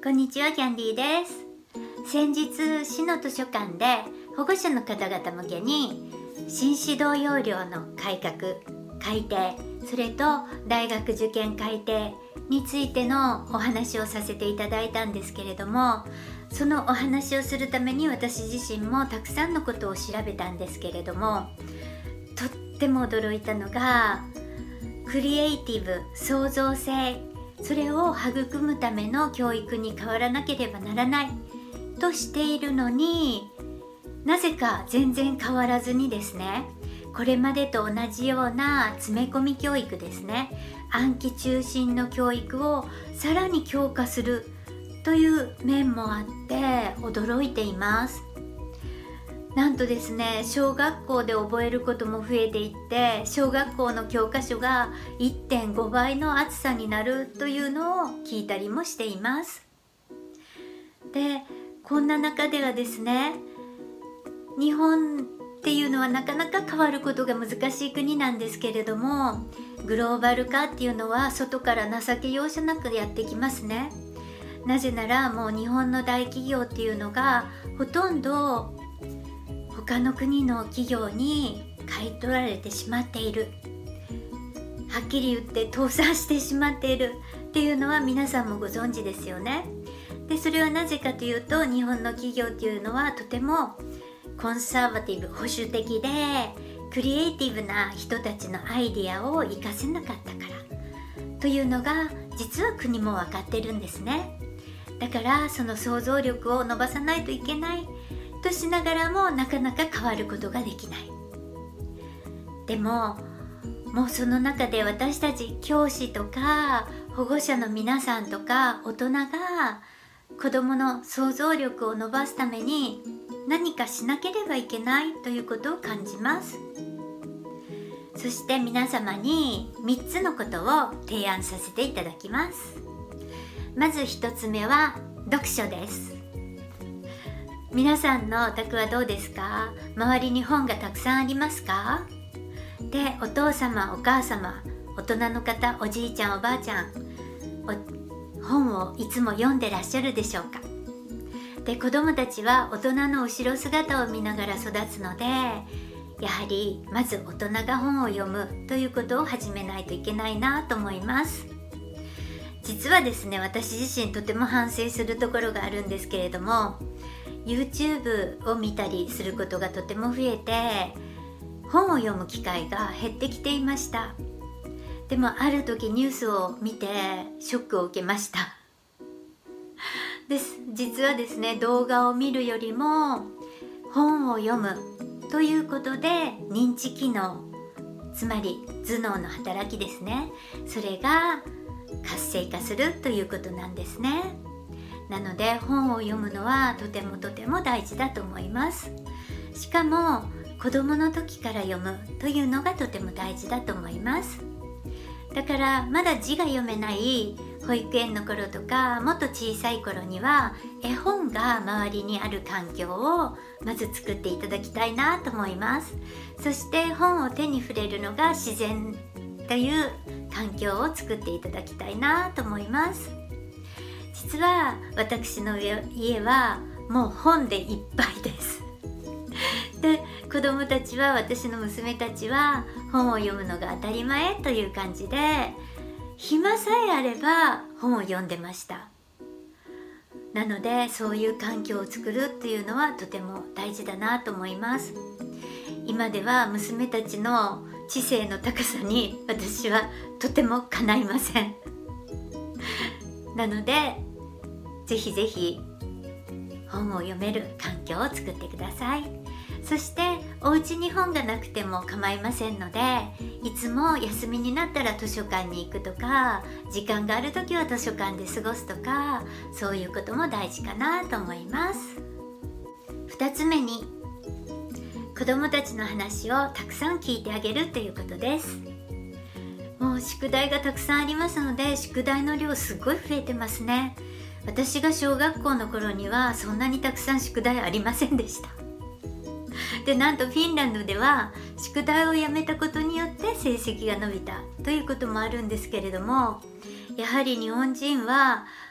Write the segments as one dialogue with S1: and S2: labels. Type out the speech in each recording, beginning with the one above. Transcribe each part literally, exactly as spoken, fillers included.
S1: こんにちは、キャンディーです。先日、市の図書館で保護者の方々向けに新指導要領の改革、改定、それと大学受験改定についてのお話をさせていただいたんですけれども、そのお話をするために私自身もたくさんのことを調べたんですけれども、とっても驚いたのがクリエイティブ、創造性、それを育むための教育に変わらなければならないとしているのに、なぜか全然変わらずにですね、これまでと同じような詰め込み教育ですね、暗記中心の教育をさらに強化するという面もあって驚いています。なんとですね、小学校で覚えることも増えていって、小学校の教科書が いってんご 倍の厚さになるというのを聞いたりもしています。で、こんな中ではですね、日本っていうのはなかなか変わることが難しい国なんですけれども、グローバル化っていうのは外から情け容赦なくやってきますね。なぜならもう日本の大企業っていうのがほとんど他の国の企業に買い取られてしまっている、はっきり言って倒産してしまっているっていうのは皆さんもご存知ですよね。で、それはなぜかというと、日本の企業っていうのはとてもコンサバティブ、保守的でクリエイティブな人たちのアイディアを活かせなかったからというのが実は国も分かってるんですね。だからその想像力を伸ばさないといけないとしながらもなかなか変わることができない。でももうその中で私たち教師とか保護者の皆さんとか大人が子どもの想像力を伸ばすために何かしなければいけないということを感じます。そして皆様にみっつのことを提案させていただきます。まずひとつめは読書です。皆さんのお宅はどうですか？周りに本がたくさんありますか？で、お父様、お母様、大人の方、おじいちゃん、おばあちゃん、本をいつも読んでらっしゃるでしょうか？で、子供たちは大人の後ろ姿を見ながら育つので、やはりまず大人が本を読むということを始めないといけないなと思います。実はですね、私自身とても反省するところがあるんですけれども、YouTube を見たりすることがとても増えて、本を読む機会が減ってきていました。でもある時ニュースを見てショックを受けました。です。実はですね、動画を見るよりも本を読むということで認知機能、つまり頭脳の働きですね、それが活性化するということなんですね。なので本を読むのはとてもとても大事だと思います。しかも子供の時から読むというのがとても大事だと思います。だからまだ字が読めない保育園の頃とかもっと小さい頃には絵本が周りにある環境をまず作っていただきたいなと思います。そして本を手に触れるのが自然という環境を作っていただきたいなと思います。実は私の家はもう本でいっぱいです。で、子供たちは、私の娘たちは本を読むのが当たり前という感じで、暇さえあれば本を読んでました。なのでそういう環境を作るっていうのはとても大事だなと思います。今では娘たちの知性の高さに私はとてもかないません。なのでぜひぜひ本を読める環境を作ってください。そしてお家に本がなくても構いませんので、いつも休みになったら図書館に行くとか、時間がある時は図書館で過ごすとか、そういうことも大事かなと思います。ふたつめに、子どもたちの話をたくさん聞いてあげるということです。もう宿題がたくさんありますので、宿題の量すごい増えてますね。私が小学校の頃にはそんなにたくさん宿題ありませんでした。で、なんとフィンランドでは宿題をやめたことによって成績が伸びたということもあるんですけれども、やはり日本人は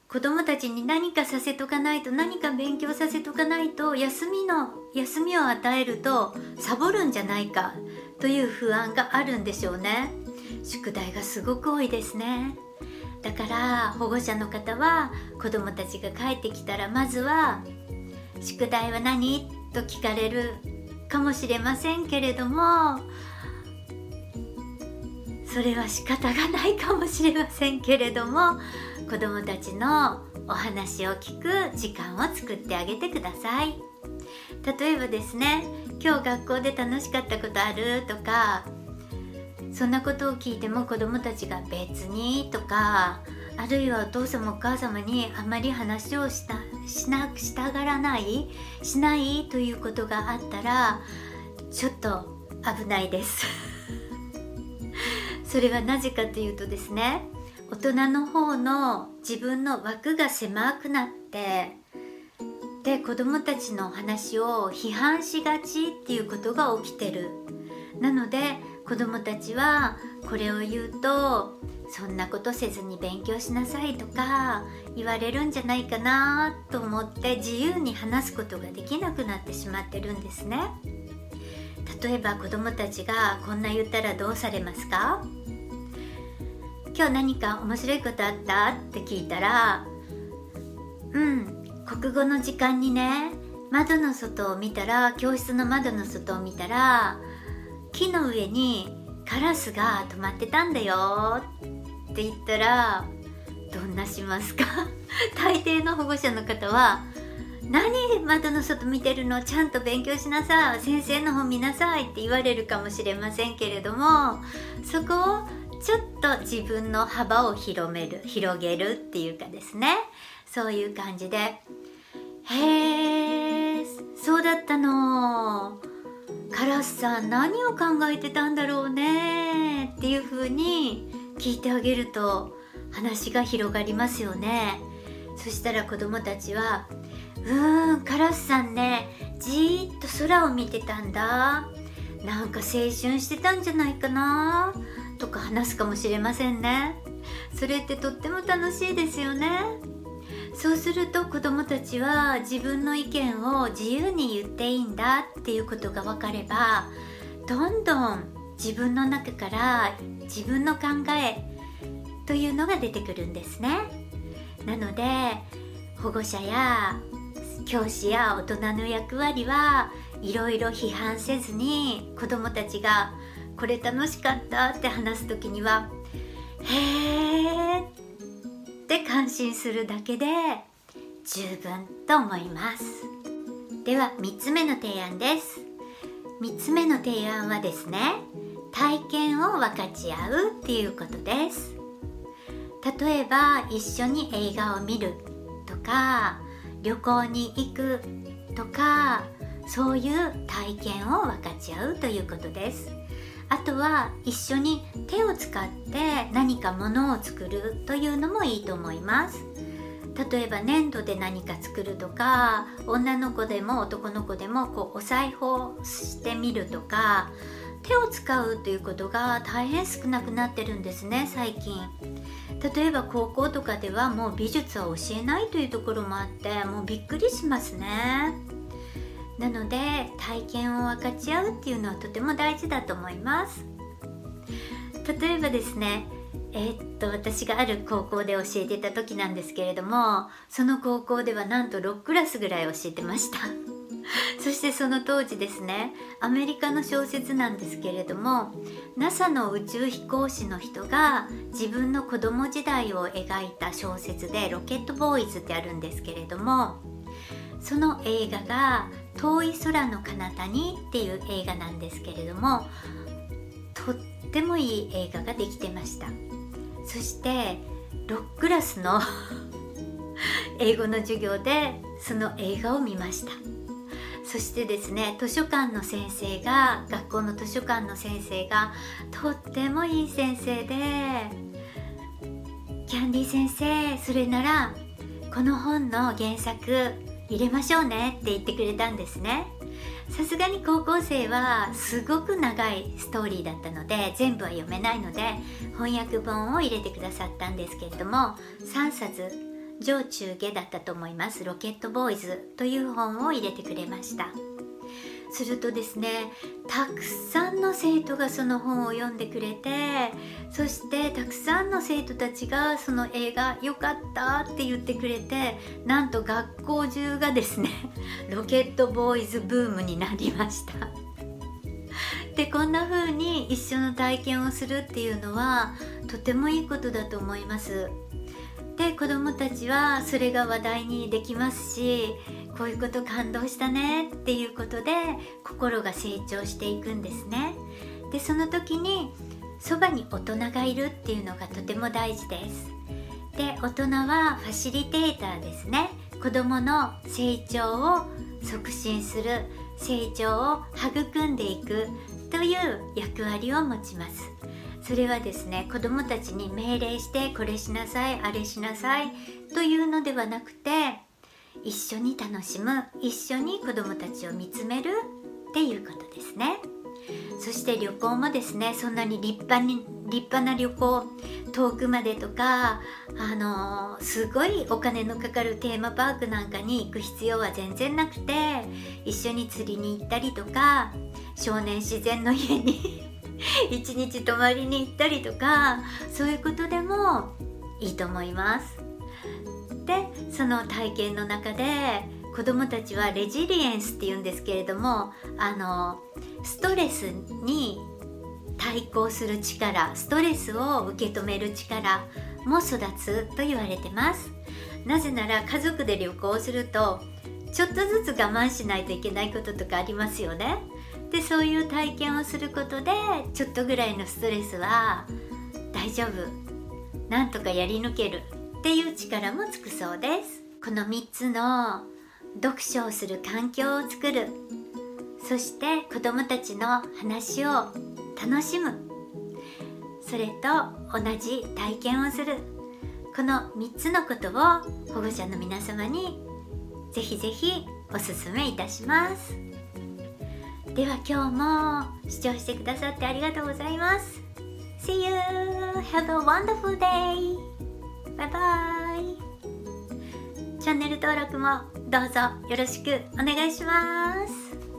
S1: 子供たちに何かさせとかないと、何か勉強させとかないと、休みの休みを与えるとサボるんじゃないかという不安があるんでしょうね。宿題がすごく多いですね。だから保護者の方は子供たちが帰ってきたら、まずは宿題は何と聞かれるかもしれませんけれども、それは仕方がないかもしれませんけれども、子どもたちのお話を聞く時間を作ってあげてください。例えばですね、今日学校で楽しかったことあるとか、そんなことを聞いても子どもたちが別にとか、あるいはお父様お母様にあまり話をしたしなしたがらないしないということがあったら、ちょっと危ないですそれはなぜかというとですね、大人の方の自分の枠が狭くなって、で子どもたちの話を批判しがちっていうことが起きてる。なので子どもたちはこれを言うと、そんなことせずに勉強しなさいとか言われるんじゃないかなと思って自由に話すことができなくなってしまってるんですね。例えば子どもたちがこんな言ったらどうされますか？今日何か面白いことあったって聞いたら、うん国語の時間にね、窓の外を見たら教室の窓の外を見たら木の上にカラスが止まってたんだよって言ったらどんなしますか？大抵の保護者の方は、何窓の外見てるの、ちゃんと勉強しなさい、先生の本見なさいって言われるかもしれませんけれども、そこをちょっと自分の幅を広める広げるっていうかですね、そういう感じで、へーそうだったの、カラスさん何を考えてたんだろうねっていう風に聞いてあげると話が広がりますよね。そしたら子どもたちは、うーんカラスさんね、じーっと空を見てたんだ、なんか青春してたんじゃないかなとか話すかもしれませんね。それってとっても楽しいですよね。そうすると子どもたちは自分の意見を自由に言っていいんだっていうことが分かれば、どんどん自分の中から自分の考えというのが出てくるんですね。なので保護者や教師や大人の役割はいろいろ批判せずに、子どもたちがこれ楽しかったって話すときには、へーって感心するだけで十分と思います。ではみっつめの提案です。みっつめの提案はですね、体験を分かち合うっていうことです。例えば一緒に映画を見るとか、旅行に行くとか、そういう体験を分かち合うということです。あとは一緒に手を使って何かものを作るというのもいいと思います。例えば粘土で何か作るとか、女の子でも男の子でもこうお裁縫をしてみるとか、手を使うということが大変少なくなってるんですね、最近。例えば高校とかではもう美術は教えないというところもあって、もうびっくりしますね。なので体験を分かち合うっていうのはとても大事だと思います。例えばですね、えー、っと私がある高校で教えていた時なんですけれども、その高校ではなんとろくクラスぐらい教えてましたそしてその当時ですね、アメリカの小説なんですけれども、 ナサ の宇宙飛行士の人が自分の子供時代を描いた小説で、ロケットボーイズってあるんですけれども、その映画が遠い空の彼方にっていう映画なんですけれども、とってもいい映画ができてました。そしてろくクラスの英語の授業でその映画を見ました。そしてですね、図書館の先生が学校の図書館の先生がとってもいい先生で、キャンディ先生、それならこの本の原作入れましょうねって言ってくれたんですね。さすがに高校生はすごく長いストーリーだったので全部は読めないので、翻訳本を入れてくださったんですけれども、さんさつ上中下だったと思います。ロケットボーイズという本を入れてくれました。するとですね、たくさんの生徒がその本を読んでくれて、そしてたくさんの生徒たちがその映画良かったって言ってくれて、なんと学校中がですねロケットボーイズブームになりました。で、こんな風に一緒の体験をするっていうのはとてもいいことだと思います。で、子どもたちはそれが話題にできますし、こういうこと感動したねっていうことで心が成長していくんですね。で、その時にそばに大人がいるっていうのがとても大事です。で、大人はファシリテーターですね。子どもの成長を促進する、成長を育んでいくという役割を持ちます。それはですね、子どもたちに命令してこれしなさい、あれしなさいというのではなくて、一緒に楽しむ、一緒に子どもたちを見つめるっていうことですね。そして旅行もですね、そんなに立派に立派な旅行、遠くまでとか、あのー、すごいお金のかかるテーマパークなんかに行く必要は全然なくて、一緒に釣りに行ったりとか、少年自然の家に一日泊まりに行ったりとか、そういうことでもいいと思います。で、その体験の中で子どもたちはレジリエンスっていうんですけれども、あのストレスに対抗する力、ストレスを受け止める力も育つと言われてます。なぜなら家族で旅行をするとちょっとずつ我慢しないといけないこととかありますよね。で、そういう体験をすることでちょっとぐらいのストレスは大丈夫、なんとかやり抜けるっていう力もつくそうです。このみっつの読書をする環境を作る、そして子どもたちの話を楽しむ、それと同じ体験をする、このみっつのことを保護者の皆様にぜひぜひお勧めいたします。では今日も視聴してくださってありがとうございます。 See you! Have a wonderful day! バイバイ。チャンネル登録もどうぞよろしくお願いします。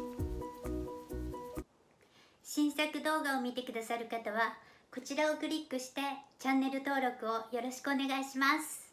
S1: 新作動画を見てくださる方はこちらをクリックしてチャンネル登録をよろしくお願いします。